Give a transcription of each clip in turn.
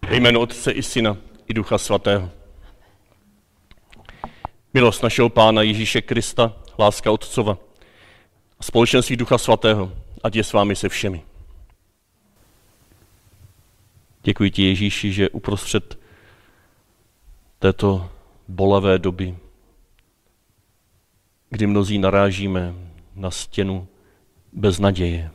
Ve jménu Otce i Syna i Ducha Svatého. Milost našeho Pána Ježíše Krista, láska Otcova a společenství Ducha Svatého, ať je s vámi se všemi. Děkuji ti, Ježíši, že uprostřed této bolavé doby, kdy mnozí narážíme na stěnu beznaděje,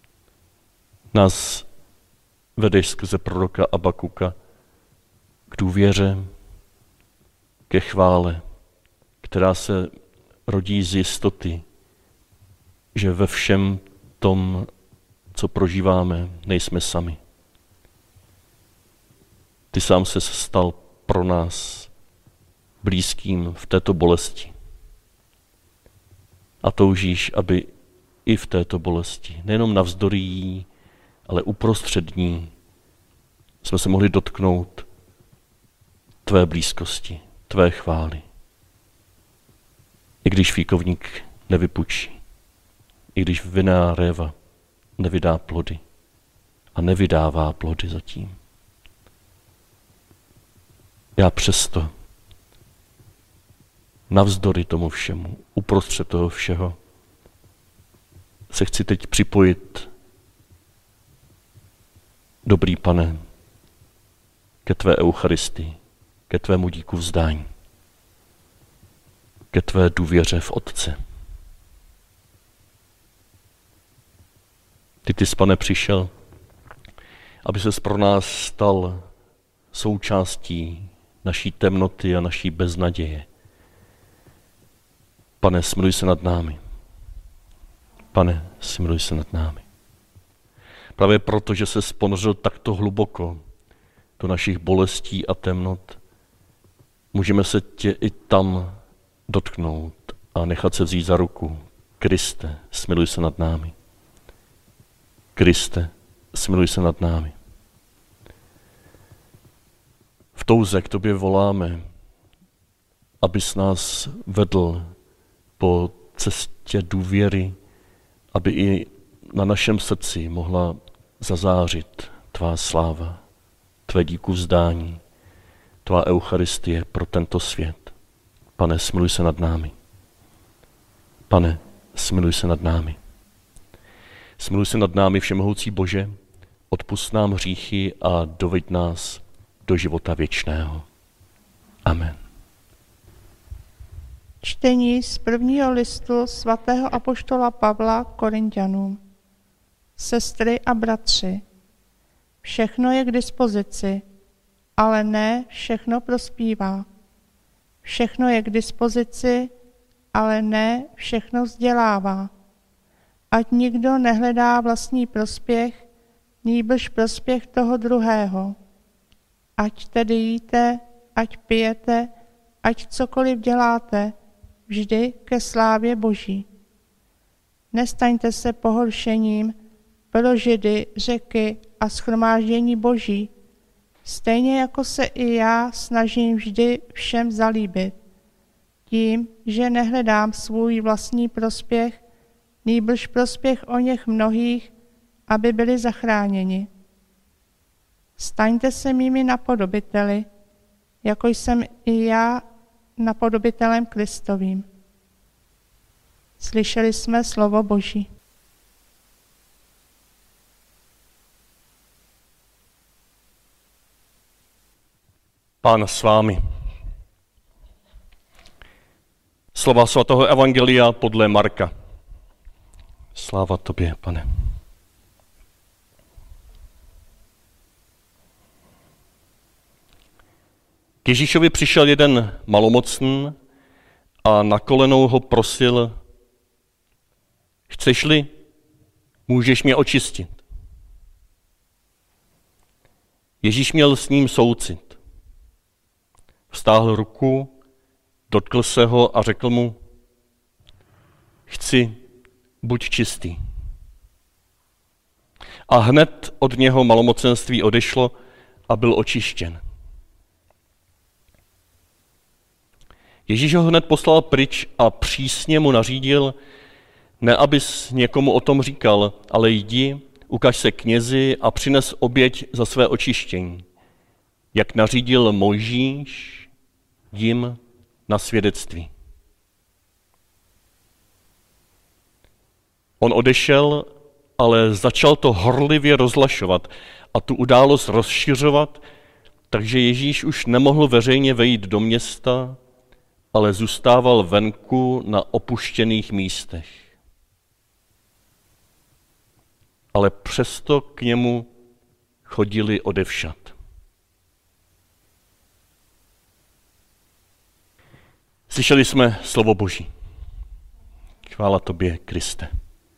nás vedeš skrze proroka Abakuka k důvěře, ke chvále, která se rodí z jistoty, že ve všem tom, co prožíváme, nejsme sami. Ty sám se stal pro nás blízkým v této bolesti. A toužíš, aby i v této bolesti, nejenom navzdory jí, ale uprostřed ní, jsme se mohli dotknout tvé blízkosti, tvé chvály. I když fíkovník nevypučí, i když vinná réva nevydá plody a nevydává plody zatím. Já přesto, navzdory tomu všemu, uprostřed toho všeho, se chci teď připojit, dobrý Pane, ke tvé Eucharistii, ke tvému díku vzdání, ke tvé důvěře v Otce. Ty jsi, Pane, přišel, aby ses pro nás stal součástí naší temnoty a naší beznaděje. Pane, smiluj se nad námi. Pane, smiluj se nad námi. Právě proto, že se ponořil takto hluboko do našich bolestí a temnot, můžeme se tě i tam dotknout a nechat se vzít za ruku. Kriste, smiluj se nad námi. Kriste, smiluj se nad námi. V touze k tobě voláme, abys nás vedl po cestě důvěry, aby i na našem srdci mohla zazářit tvá sláva, tvé díku vzdání, tvá Eucharistie pro tento svět. Pane, smiluj se nad námi. Pane, smiluj se nad námi. Smiluj se nad námi, všemohoucí Bože, odpusť nám hříchy a doveď nás do života věčného. Amen. Čtení z prvního listu svatého apoštola Pavla Korinťanům. Sestry a bratři, všechno je k dispozici, ale ne všechno prospívá. Všechno je k dispozici, ale ne všechno vzdělává. Ať nikdo nehledá vlastní prospěch, nýbrž prospěch toho druhého. Ať tedy jíte, ať pijete, ať cokoliv děláte, vždy ke slávě Boží. Nestaňte se pohoršením pro Židy, Řeky a shromáždění Boží, stejně jako se i já snažím vždy všem zalíbit, tím, že nehledám svůj vlastní prospěch, nýbrž prospěch o něch mnohých, aby byli zachráněni. Staňte se mými napodobiteli, jako jsem i já napodobitelem Kristovým. Slyšeli jsme slovo Boží. Pán s vámi. Slova svatého evangelia podle Marka. Sláva tobě, Pane. K Ježíšovi přišel jeden malomocný a na kolenou ho prosil: chceš-li, můžeš mě očistit. Ježíš měl s ním soucit. Vztáhl ruku, dotkl se ho a řekl mu: chci, buď čistý. A hned od něho malomocenství odešlo a byl očištěn. Ježíš ho hned poslal pryč a přísně mu nařídil: ne abys někomu o tom říkal, ale jdi, ukaž se knězi a přines oběť za své očištění. jak nařídil Mojžíš jim na svědectví. On odešel, ale začal to horlivě rozhlašovat a tu událost rozšiřovat, takže Ježíš už nemohl veřejně vejít do města, ale zůstával venku na opuštěných místech. Ale přesto k němu chodili odevšad. Slyšeli jsme slovo Boží. Chvála tobě, Kriste.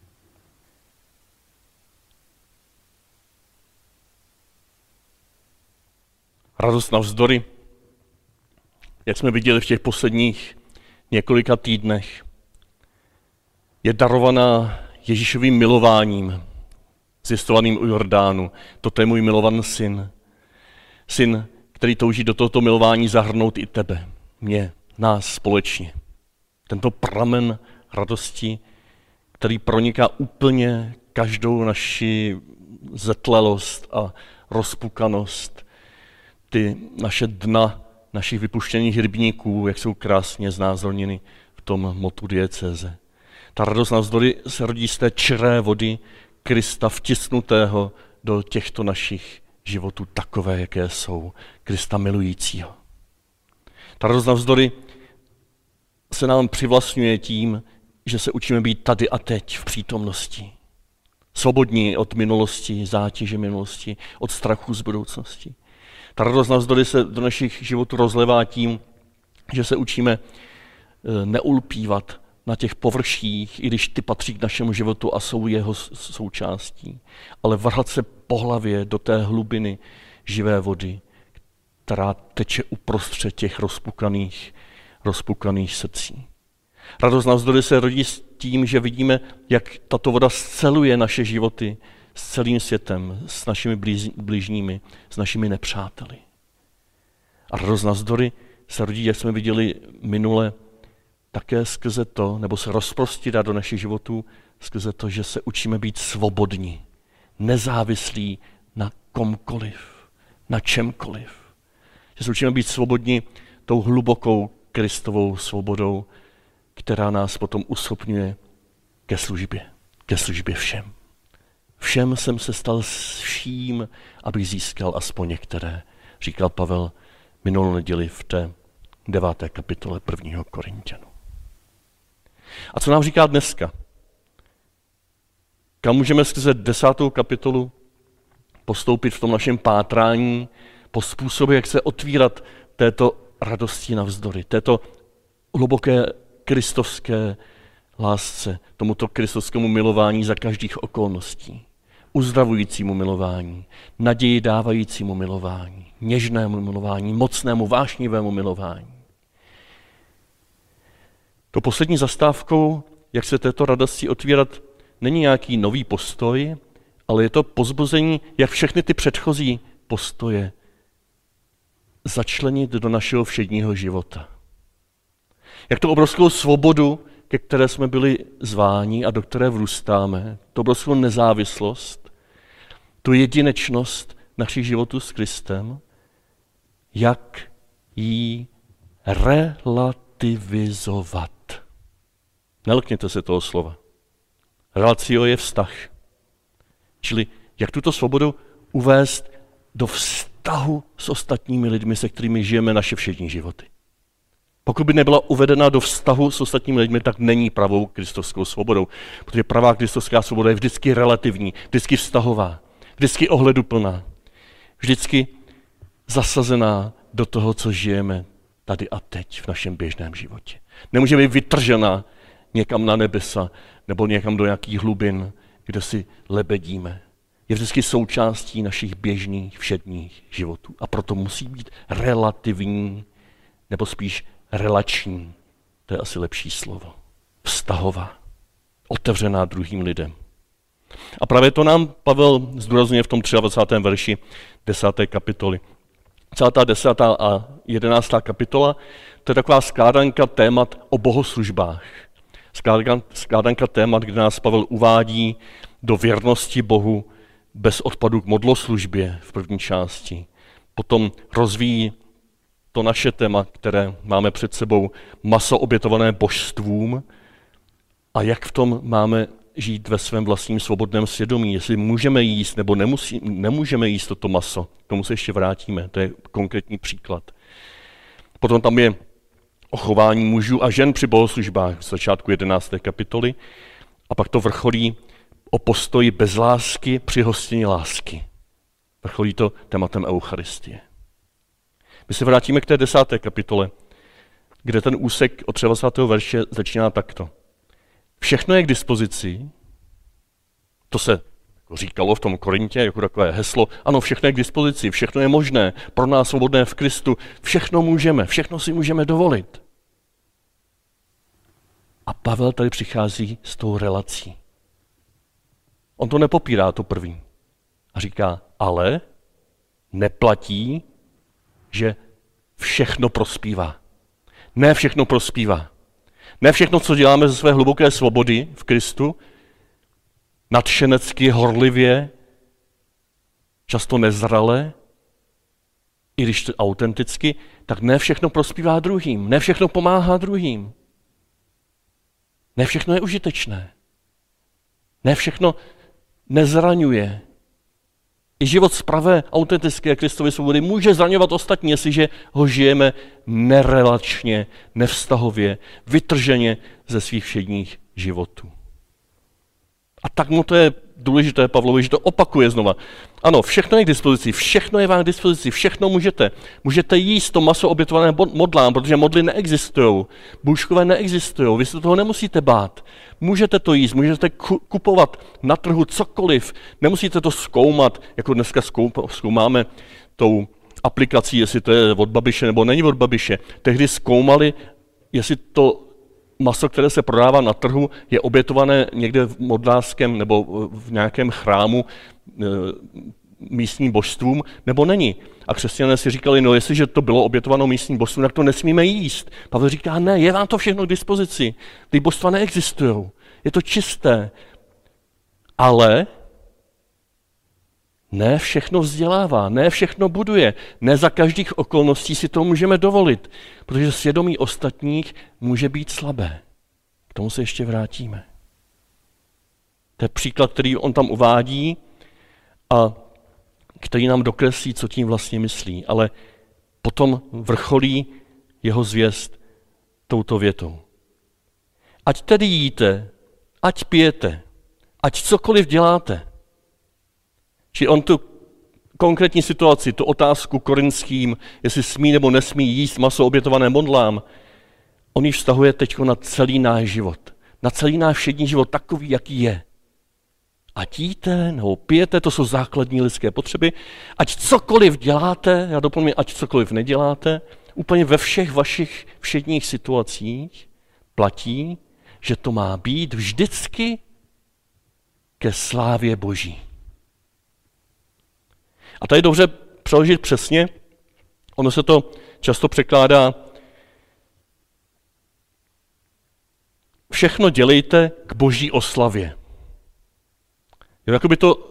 Radost navzdory, jak jsme viděli v těch posledních několika týdnech, je darovaná Ježíšovým milováním, zjistovaným u Jordánu. Toto je můj milovaný syn. Syn, který touží do tohoto milování zahrnout i tebe, mě, nás společně. Tento pramen radosti, který proniká úplně každou naši zetlelost a rozpukanost, ty naše dna našich vypuštěných rybníků, jak jsou krásně znázorněny v tom motu diecéze. Ta radost navzdory se rodí z té čiré vody Krista vtisnutého do těchto našich životů takové, jaké jsou, Krista milujícího. Ta radost navzdory se nám přivlastňuje tím, že se učíme být tady a teď v přítomnosti. Svobodní od minulosti, zátěže minulosti, od strachu z budoucnosti. Ta radost navzdory se do našich životů rozlevá tím, že se učíme neulpívat na těch površích, i když ty patří k našemu životu a jsou jeho součástí, ale vrhat se po hlavě do té hlubiny živé vody, která teče uprostřed těch rozpukaných srdcí. Radost navzdory se rodí s tím, že vidíme, jak tato voda sceluje naše životy s celým světem, s našimi bližními, s našimi nepřáteli. A radost navzdory se rodí, jak jsme viděli minule, také skrze to, nebo se rozprostírá do našich životů skrze to, že se učíme být svobodní, nezávislí na komkoliv, na čemkoliv. Že se učíme být svobodní tou hlubokou Kristovou svobodou, která nás potom uschopňuje ke službě všem. Všem jsem se stal vším, abych získal aspoň některé, říkal Pavel minulou neděli v té 9. kapitole 1. Korinťanů. A co nám říká dneska? Kam můžeme skrze 10. kapitolu postoupit v tom našem pátrání po způsobu, jak se otvírat této radosti navzdory, této hluboké kristovské lásce, tomuto kristovskému milování za každých okolností, uzdravujícímu milování, naději dávajícímu milování, něžnému milování, mocnému, vášnivému milování. To poslední zastávkou, jak se této radosti otvírat, není nějaký nový postoj, ale je to povzbuzení, jak všechny ty předchozí postoje začlenit do našeho všedního života. Jak tu obrovskou svobodu, ke které jsme byli zváni a do které vrůstáme, tu obrovskou nezávislost, tu jedinečnost našich životů s Kristem, jak ji relativizovat. Nelkněte se toho slova. Relatio je vztah. Čili jak tuto svobodu uvést do vztahu s ostatními lidmi, se kterými žijeme naše všední životy. Pokud by nebyla uvedena do vztahu s ostatními lidmi, tak není pravou kristovskou svobodou. Protože pravá kristovská svoboda je vždycky relativní, vždycky vztahová, vždycky ohleduplná, vždycky zasazená do toho, co žijeme tady a teď v našem běžném životě. Nemůže být vytržena někam na nebesa nebo někam do nějakých hlubin, kde si lebedíme. Je vždycky součástí našich běžných všedních životů. A proto musí být relativní, nebo spíš relační. To je asi lepší slovo. Vztahová. Otevřená druhým lidem. A právě to nám Pavel zdůrazňuje v tom 23. verši 10. kapitoly. Celá ta 10. a 11. kapitola, to je taková skládanka témat o bohoslužbách. Skládanka témat, kde nás Pavel uvádí do věrnosti Bohu bez odpadu k modloslužbě v první části. Potom rozvíjí to naše téma, které máme před sebou, maso obětované božstvům a jak v tom máme žít ve svém vlastním svobodném svědomí, jestli můžeme jíst nebo nemůžeme jíst toto maso. K tomu se ještě vrátíme, to je konkrétní příklad. Potom tam je o chování mužů a žen při bohoslužbách v začátku 11. kapitoly a pak to vrcholí o postoji bez lásky při hostině lásky. Vrcholí to tématem Eucharistie. My se vrátíme k té 10. kapitole, kde ten úsek od 20. verše začíná takto. Všechno je k dispozici, to se říkalo v tom Korintě jako takové heslo, ano, všechno je k dispozici, všechno je možné, pro nás svobodné v Kristu, všechno můžeme, všechno si můžeme dovolit. A Pavel tady přichází s tou relací. On to nepopírá, to první. A říká, ale neplatí, že všechno prospívá. Ne všechno prospívá. Ne všechno, co děláme ze své hluboké svobody v Kristu, nadšenecky, horlivě, často nezrale, i když to autenticky, tak ne všechno prospívá druhým, ne všechno pomáhá druhým. Ne všechno je užitečné. Ne všechno nezraňuje. I život z pravé, autentické Kristovy svobody může zraňovat ostatní, jestliže ho žijeme nerelačně, nevztahově, vytrženě ze svých všedních životů. A tak mu to je důležité Pavlovi, že to opakuje znova. Ano, všechno je k dispozici, všechno je vám k dispozici, všechno můžete. Můžete jíst to maso obětované modlám, protože modly neexistují, bůžkové neexistují, vy se toho nemusíte bát. Můžete to jíst, můžete kupovat na trhu cokoliv, nemusíte to zkoumat, jako dneska zkoumáme tou aplikací, jestli to je od Babiše nebo není od Babiše. Tehdy zkoumali, jestli to maso, které se prodává na trhu, je obětované někde v modlářském nebo v nějakém chrámu místním božstvům, nebo není. A křesťané si říkali, no jestliže to bylo obětováno místním božstvům, tak to nesmíme jíst. Pavel říká, ne, je vám to všechno k dispozici. Ty božstva neexistují. Je to čisté. Ale ne všechno vzdělává, ne všechno buduje, ne za každých okolností si to můžeme dovolit, protože svědomí ostatních může být slabé. K tomu se ještě vrátíme. To je příklad, který on tam uvádí a který nám dokreslí, co tím vlastně myslí, ale potom vrcholí jeho zvěst touto větou. Ať tedy jíte, ať pijete, ať cokoliv děláte. Či on tu konkrétní situaci, tu otázku korinským, jestli smí nebo nesmí jíst maso obětované modlám, on ji vztahuje teď na celý náš život. Na celý náš všední život takový, jaký je. Ať jíte nebo pijete, to jsou základní lidské potřeby. Ať cokoliv děláte, já doplním, ať cokoliv neděláte, úplně ve všech vašich všedních situacích platí, že to má být vždycky ke slávě Boží. A tady dobře přeložit přesně, ono se to často překládá, všechno dělejte k Boží oslavě. Jako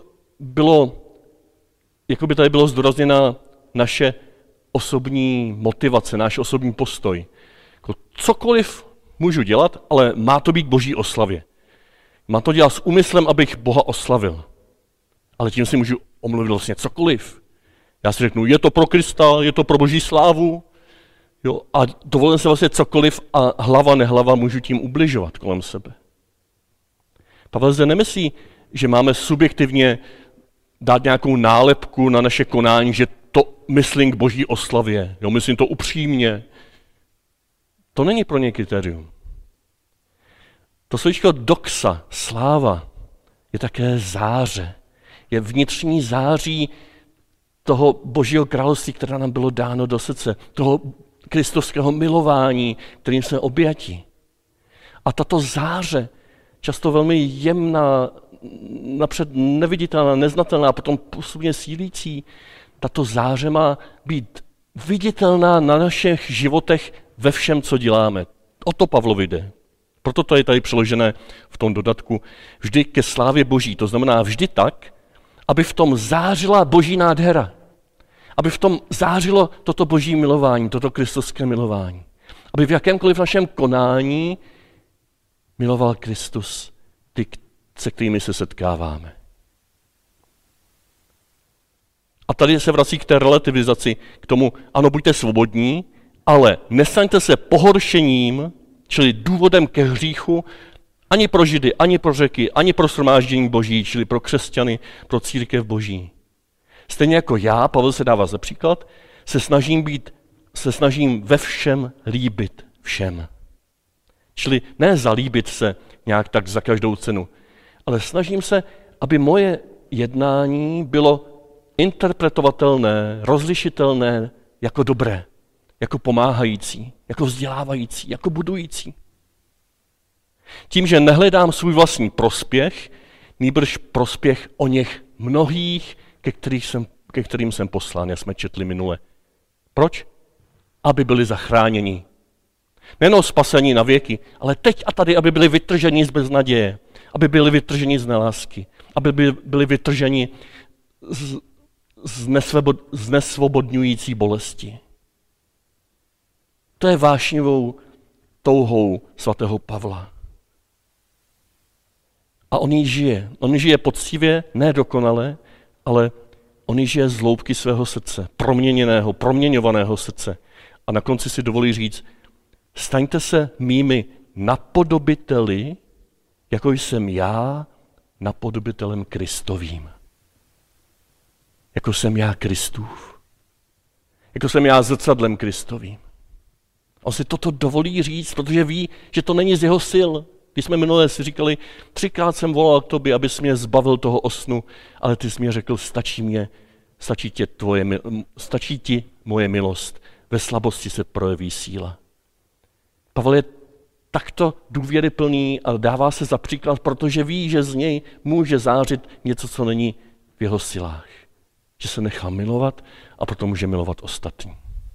by tady bylo zdůrazněna naše osobní motivace, náš osobní postoj. Jako cokoliv můžu dělat, ale má to být k Boží oslavě. Má to dělat s úmyslem, abych Boha oslavil. Ale tím si můžu omluvit vlastně cokoliv. Já si řeknu, je to pro Krista, je to pro Boží slávu, jo, a dovolím se vlastně cokoliv a hlava nehlava můžu tím ubližovat kolem sebe. Pavel zde nemyslí, že máme subjektivně dát nějakou nálepku na naše konání, že to myslím k Boží oslavě, jo, myslím to upřímně. To není pro ně kritérium. To slovíčko doxa, sláva, je také záře. Je vnitřní září toho Božího království, které nám bylo dáno do srdce, toho kristovského milování, kterým jsme objati. A tato záře, často velmi jemná, napřed neviditelná, neznatelná, potom postupně sílící, tato záře má být viditelná na našich životech ve všem, co děláme. O to Pavlovi jde. Proto to je tady přeložené v tom dodatku vždy ke slávě Boží. To znamená vždy tak, aby v tom zářila Boží nádhera. Aby v tom zářilo toto boží milování, toto kristovské milování. Aby v jakémkoliv našem konání miloval Kristus ty, se kterými se setkáváme. A tady se vrací k té relativizaci, k tomu, ano, buďte svobodní, ale nestaňte se pohoršením, čili důvodem ke hříchu, ani pro Židy, ani pro Řeky, ani pro shromáždění boží, čili pro křesťany, pro církev boží. Stejně jako já, Pavel se dává za příklad, se snažím ve všem líbit všem. Čili ne zalíbit se nějak tak za každou cenu, ale snažím se, aby moje jednání bylo interpretovatelné, rozlišitelné jako dobré, jako pomáhající, jako vzdělávající, jako budující. Tím, že nehledám svůj vlastní prospěch, nýbrž prospěch o něch mnohých, ke kterým jsem poslán, jak jsme četli minule. Proč? Aby byli zachráněni. Nejenom spasení na věky, ale teď a tady, aby byli vytrženi z beznaděje, aby byli vytrženi z nelásky, aby byli vytrženi z nesvobodňující bolesti. To je vášnivou touhou svatého Pavla. A on jí žije. On žije poctivě, ne dokonale, ale on jí žije z hloubky svého srdce, proměněného, proměňovaného srdce. A na konci si dovolí říct, staňte se mými napodobiteli, jako jsem já napodobitelem Kristovým. Jako jsem já Kristův. Jako jsem já zrcadlem Kristovým. On si toto dovolí říct, protože ví, že to není z jeho sil. Když jsme minule si říkali, 3krát jsem volal k tobě, abys mě zbavil toho osnu, ale ty jsi mě řekl, stačí ti moje milost. Ve slabosti se projeví síla. Pavel je takto důvěryplný a dává se za příklad, protože ví, že z něj může zářit něco, co není v jeho silách. Že se nechá milovat a proto může milovat ostatní.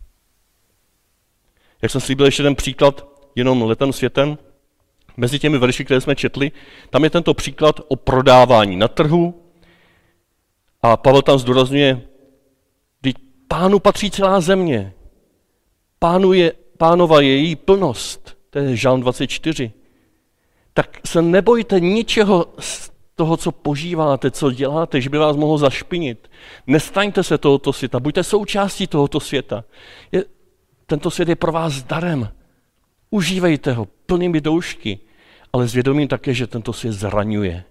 Jak jsem slíbil ještě ten příklad jenom letem světem, mezi těmi verši, které jsme četli, tam je tento příklad o prodávání na trhu a Pavel tam zdůrazňuje, když Pánu patří celá země, Pánova je její plnost, to je Žalm 24, tak se nebojte ničeho z toho, co požíváte, co děláte, že by vás mohlo zašpinit. Nestaňte se tohoto světa, buďte součástí tohoto světa. Tento svět je pro vás darem. Užívejte ho plnými doušky, ale s vědomím také, že tento svět zraňuje.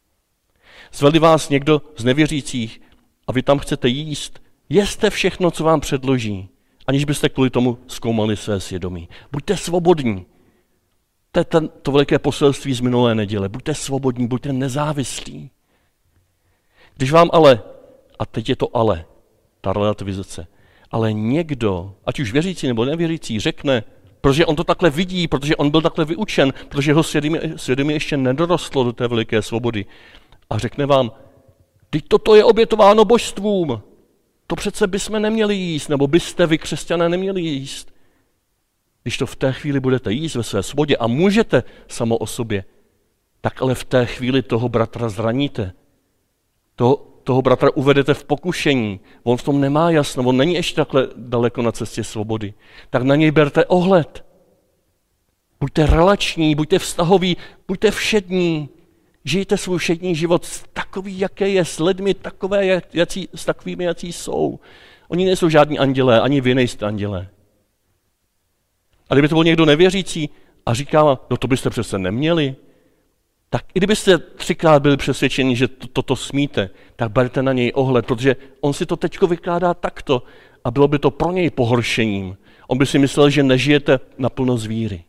Zveli vás někdo z nevěřících a vy tam chcete jíst, jeste všechno, co vám předloží, aniž byste kvůli tomu zkoumali své svědomí. Buďte svobodní. To je to veliké poselství z minulé neděle. Buďte svobodní, buďte nezávislí. Když vám ale, a teď je to ale, ta relativizace, ale někdo, ať už věřící nebo nevěřící, řekne, protože on to takhle vidí, protože on byl takhle vyučen, protože jeho svědomí ještě nedorostlo do té veliké svobody. A řekne vám, teď toto je obětováno božstvům, to přece bychom neměli jíst, nebo byste vy křesťané neměli jíst. Když to v té chvíli budete jíst ve své svobodě a můžete samo o sobě, tak ale v té chvíli toho bratra zraníte. Toho bratra uvedete v pokušení. On v tom nemá jasno, on není ještě takhle daleko na cestě svobody. Tak na něj berte ohled. Buďte relační, buďte vztahoví, buďte všední. Žijte svůj všední život takový, jaký je, s lidmi s takovými, jací jsou. Oni nejsou žádní andělé, ani vy nejste andělé. A kdyby to byl někdo nevěřící a říkal, no to byste přece neměli, tak i kdybyste 3krát byli přesvědčeni, že toto smíte, tak berte na něj ohled, protože on si to teďko vykládá takto a bylo by to pro něj pohoršením. On by si myslel, že nežijete naplno z víry.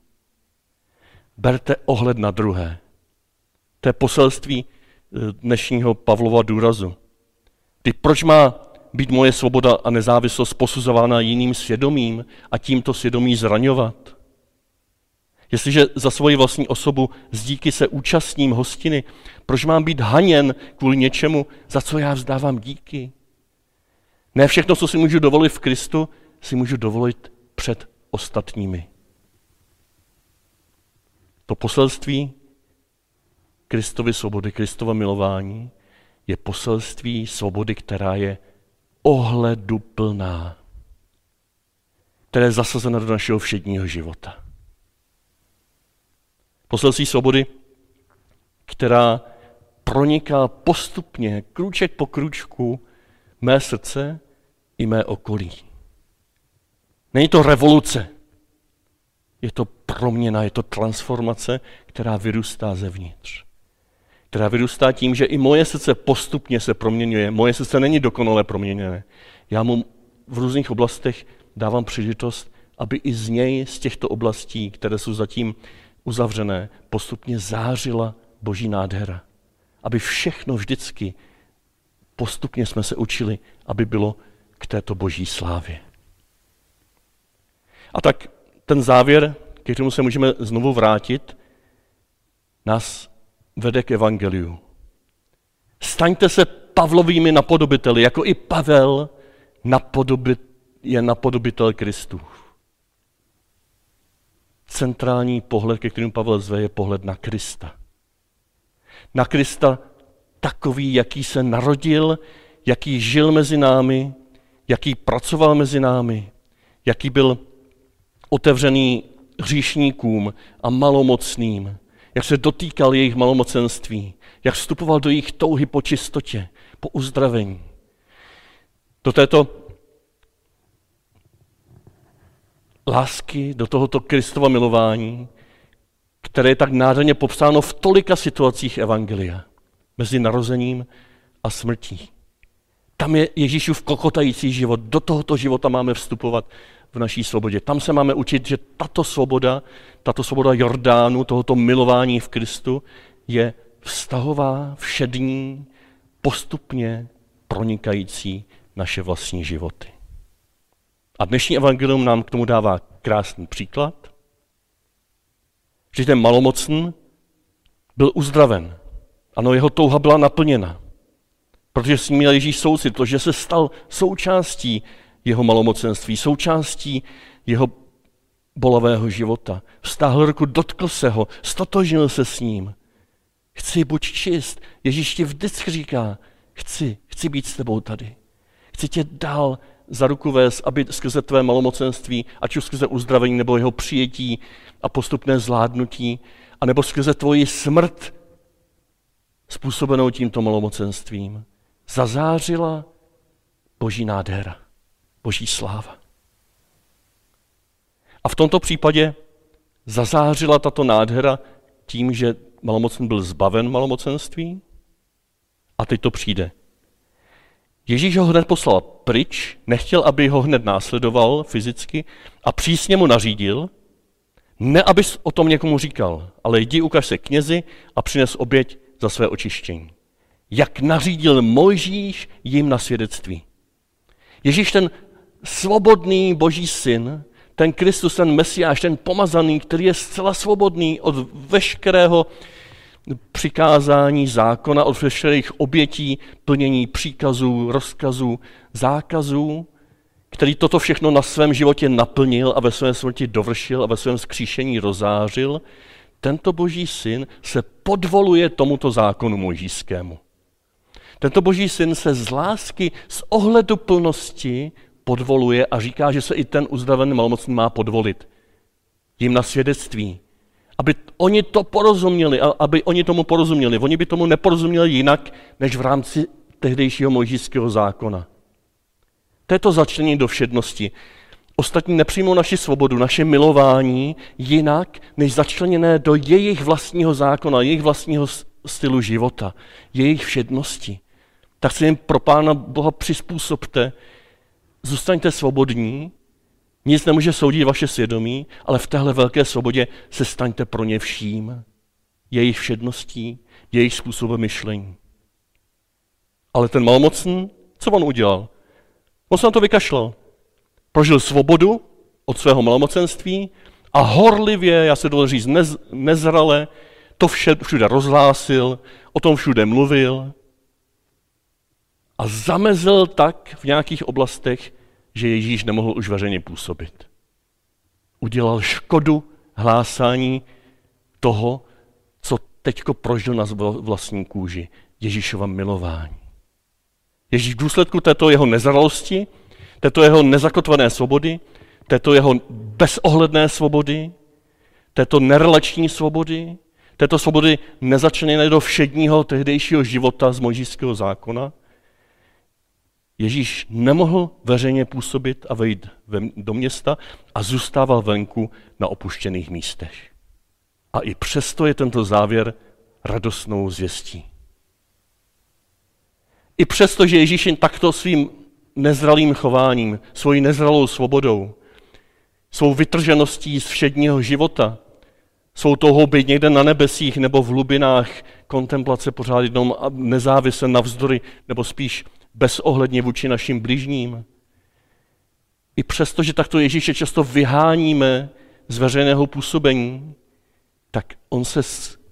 Berte ohled na druhé. To je poselství dnešního Pavlova důrazu. Proč má být moje svoboda a nezávislost posuzována jiným svědomím a tímto svědomí zraňovat? Jestliže za svoji vlastní osobu z díky se účastním hostiny, proč mám být haněn kvůli něčemu, za co já vzdávám díky? Ne všechno, co si můžu dovolit v Kristu, si můžu dovolit před ostatními. To poselství Kristovy svobody, Kristova milování je poselství svobody, která je ohleduplná, která je zasazena do našeho všedního života. Poselství svobody, která proniká postupně, krůček po krůčku, mé srdce i mé okolí. Není to revoluce, je to proměna, je to transformace, která vyrůstá zevnitř. Která vyrůstá tím, že i moje srdce postupně se proměňuje. Moje srdce není dokonale proměněné. Já mu v různých oblastech dávám příležitost, aby i z něj, z těchto oblastí, které jsou zatím uzavřené, postupně zářila Boží nádhera. Aby všechno vždycky postupně jsme se učili, aby bylo k této Boží slávě. A tak ten závěr, k kterému se můžeme znovu vrátit, nás vede k evangeliu. Staňte se Pavlovými napodobiteli, jako i Pavel je napodobitel Kristův. Centrální pohled, ke kterému Pavel zve, je pohled na Krista. Na Krista takový, jaký se narodil, jaký žil mezi námi, jaký pracoval mezi námi, jaký byl otevřený hříšníkům a malomocným, jak se dotýkal jejich malomocenství, jak vstupoval do jejich touhy po čistotě, po uzdravení. Do této lásky, do tohoto Kristova milování, které je tak nádherně popsáno v tolika situacích evangelia, mezi narozením a smrtí. Tam je Ježíšův klokotající život, do tohoto života máme vstupovat v naší svobodě. Tam se máme učit, že tato svoboda Jordánu, tohoto milování v Kristu, je vztahová, všední, postupně pronikající naše vlastní životy. A dnešní evangelium nám k tomu dává krásný příklad, že ten malomocný byl uzdraven. Ano, jeho touha byla naplněna, protože s ním měl Ježíš soucit, protože se stal součástí jeho malomocenství, součástí jeho bolavého života. Vztáhl ruku, dotkl se ho, stotožnil se s ním. Chci, buď čist. Ježíš ti vždycky říká, chci být s tebou tady. Chci tě dál za ruku vést, aby skrze tvé malomocenství, ať už skrze uzdravení nebo jeho přijetí a postupné zvládnutí, anebo skrze tvoji smrt způsobenou tímto malomocenstvím, zazářila Boží nádhera, Boží sláva. A v tomto případě zazářila tato nádhera tím, že malomocný byl zbaven malomocenství a teď to přijde. Ježíš ho hned poslal pryč, nechtěl, aby ho hned následoval fyzicky a přísně mu nařídil, ne abys o tom někomu říkal, ale jdi ukaž se knězi a přines oběť za své očištění. Jak nařídil Mojžíš jim na svědectví. Ježíš, ten svobodný Boží syn, ten Kristus, ten Mesiáš, ten pomazaný, který je zcela svobodný od veškerého přikázání zákona, od veškerých obětí, plnění příkazů, rozkazů, zákazů, který toto všechno na svém životě naplnil a ve svém smrti dovršil a ve svém vzkříšení rozářil, tento Boží syn se podvoluje tomuto zákonu mojžíšskému. Tento Boží syn se z lásky, z ohleduplnosti podvoluje a říká, že se i ten uzdravený malomocný má podvolit. Jim na svědectví. Aby oni to porozuměli, aby oni tomu porozuměli. Oni by tomu neporozuměli jinak, než v rámci tehdejšího mojžíšského zákona. To je to začlenění do všednosti. Ostatní nepřijmou naši svobodu, naše milování jinak, než začleněné do jejich vlastního zákona, jejich vlastního stylu života, jejich všednosti. Tak se jim pro Pána Boha přizpůsobte, zůstaňte svobodní, nic nemůže soudit vaše svědomí, ale v téhle velké svobodě se staňte pro ně vším, jejich všedností, jejich způsobem myšlení. Ale ten malomocný, co on udělal? On se na to vykašlal. Prožil svobodu od svého malomocenství a horlivě, já se dovolím říct nezrale, to všude rozhlásil, o tom všude mluvil a zamezil tak v nějakých oblastech, že Ježíš nemohl už veřejně působit. Udělal škodu hlásání toho, co teďko prožil na vlastní kůži, Ježíšova milování. Ježíš v důsledku této jeho nezralosti, této jeho nezakotvené svobody, této jeho bezohledné svobody, této nerelační svobody, této svobody nezačleněné do všedního tehdejšího života z mojžíšského zákona, Ježíš nemohl veřejně působit a vejít do města a zůstával venku na opuštěných místech. A i přesto je tento závěr radostnou zvěstí. I přesto, že Ježíš jen takto svým nezralým chováním, svojí nezralou svobodou, svou vytržeností z všedního života, svou touhou být někde na nebesích nebo v hlubinách kontemplace pořád jednou a nezávisle navzdory, nebo spíš bezohledně vůči našim bližním. I přesto, že takto Ježíše často vyháníme z veřejného působení, tak on se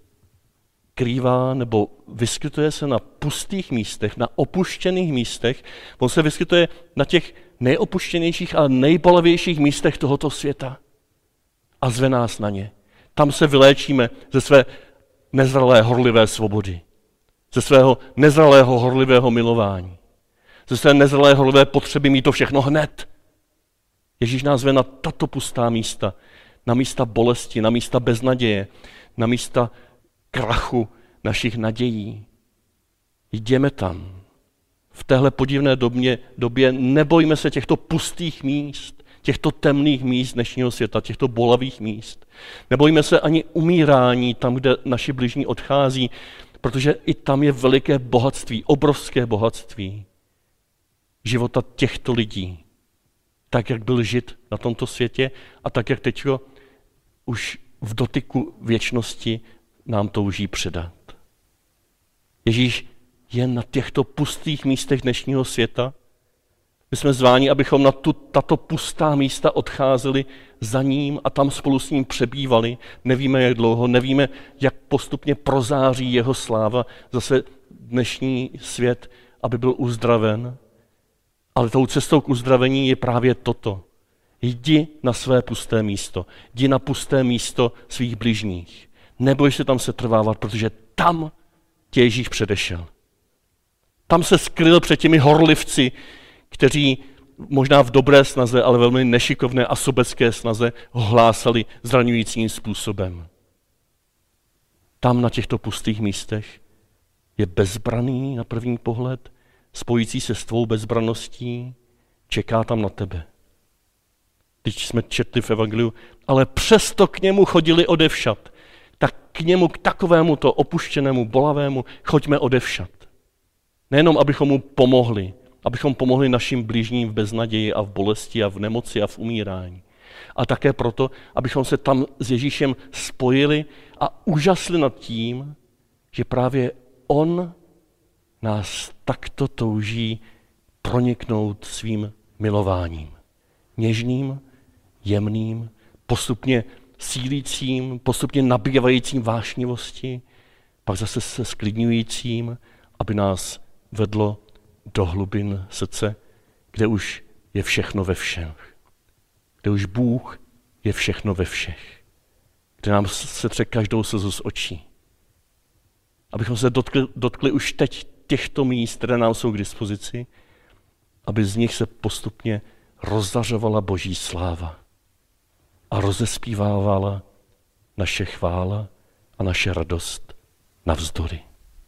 skrývá nebo vyskytuje se na pustých místech, na opuštěných místech. On se vyskytuje na těch nejopuštěnějších a nejbolavějších místech tohoto světa a zve nás na ně. Tam se vyléčíme ze své nezralé horlivé svobody, ze svého nezralého horlivého milování, ze své nezralé horlivé potřeby mít to všechno hned. Ježíš nás zve na tato pustá místa, na místa bolesti, na místa beznaděje, na místa krachu našich nadějí. Jdeme tam. V téhle podivné době nebojme se těchto pustých míst, těchto temných míst dnešního světa, těchto bolavých míst. Nebojme se ani umírání tam, kde naši bližní odchází, protože i tam je veliké bohatství, obrovské bohatství života těchto lidí. Tak, jak byl žit na tomto světě a tak, jak teď už v dotyku věčnosti nám touží předat. Ježíš je na těchto pustých místech dnešního světa. My jsme zváni, abychom na tato pustá místa odcházeli za ním a tam spolu s ním přebývali. Nevíme, jak dlouho, nevíme, jak postupně prozáří jeho sláva zase dnešní svět, aby byl uzdraven. Ale tou cestou k uzdravení je právě toto. Jdi na své pusté místo. Jdi na pusté místo svých bližních. Neboj se tam setrvávat, protože tam tě Ježíš předešel. Tam se skryl před těmi horlivci, kteří možná v dobré snaze, ale velmi nešikovné a sobecké snaze ho hlásali zraňujícím způsobem. Tam na těchto pustých místech je bezbraný na první pohled, spojící se s tvou bezbranností, čeká tam na tebe. Teď jsme četli v Evangeliu, ale přesto k němu chodili odevšad. Tak k němu, k takovému to opuštěnému, bolavému, choďme odevšad. Nejenom, abychom mu pomohli, abychom pomohli našim bližním v beznaději a v bolesti a v nemoci a v umírání. A také proto, abychom se tam s Ježíšem spojili a úžasli nad tím, že právě on nás takto touží proniknout svým milováním. Něžným, jemným, postupně sílícím, postupně nabývajícím vášnivosti, pak zase se sklidňujícím, aby nás vedlo do hlubin srdce, kde už je všechno ve všech. Kde už Bůh je všechno ve všech. Kde nám setře každou slzu z očí. Abychom se dotkli už teď těchto míst, které nám jsou k dispozici, aby z nich se postupně rozzařovala Boží sláva a rozespívávala naše chvála a naše radost navzdory.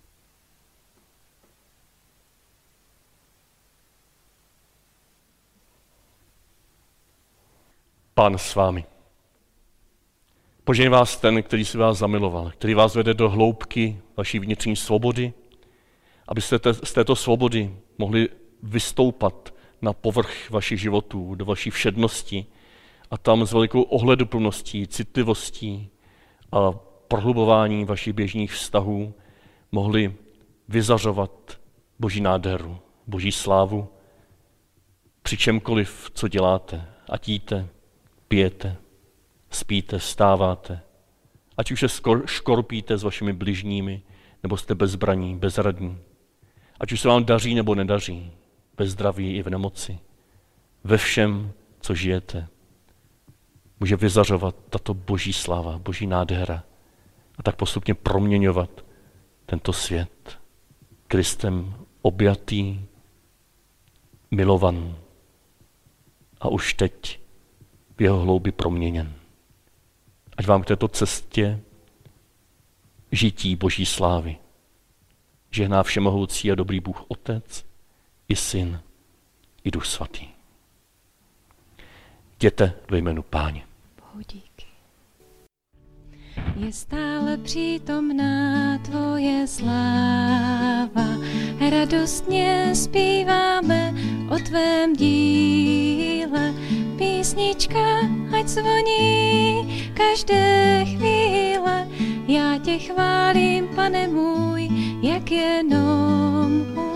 Pán s vámi. Požehnej vás ten, který si vás zamiloval, který vás vede do hloubky vaší vnitřní svobody, abyste z této svobody mohli vystoupat na povrch vašich životů, do vaší všednosti a tam s velikou ohleduplností, citlivostí a prohlubování vašich běžných vztahů mohli vyzařovat Boží nádheru, Boží slávu při čemkoliv, co děláte. Ať jíte, pijete, spíte, vstáváte. Ať už se škorpíte s vašimi bližními, nebo jste bezbraní, bezradní. Ať už se vám daří nebo nedaří, ve zdraví i v nemoci. Ve všem, co žijete, může vyzařovat tato Boží sláva, Boží nádhera a tak postupně proměňovat tento svět Kristem objatý, milovan a už teď v jeho hloubi proměněn. Ať vám k této cestě žití Boží slávy žehná všemohoucí a dobrý Bůh Otec i Syn i Duch Svatý. Jděte ve jménu Páně. Bohu díky. Je stále přítomná tvoje sláva, radostně zpíváme o tvém díle. Písnička ať zvoní každé chvíle, já tě chválím, Pane můj, jak jenom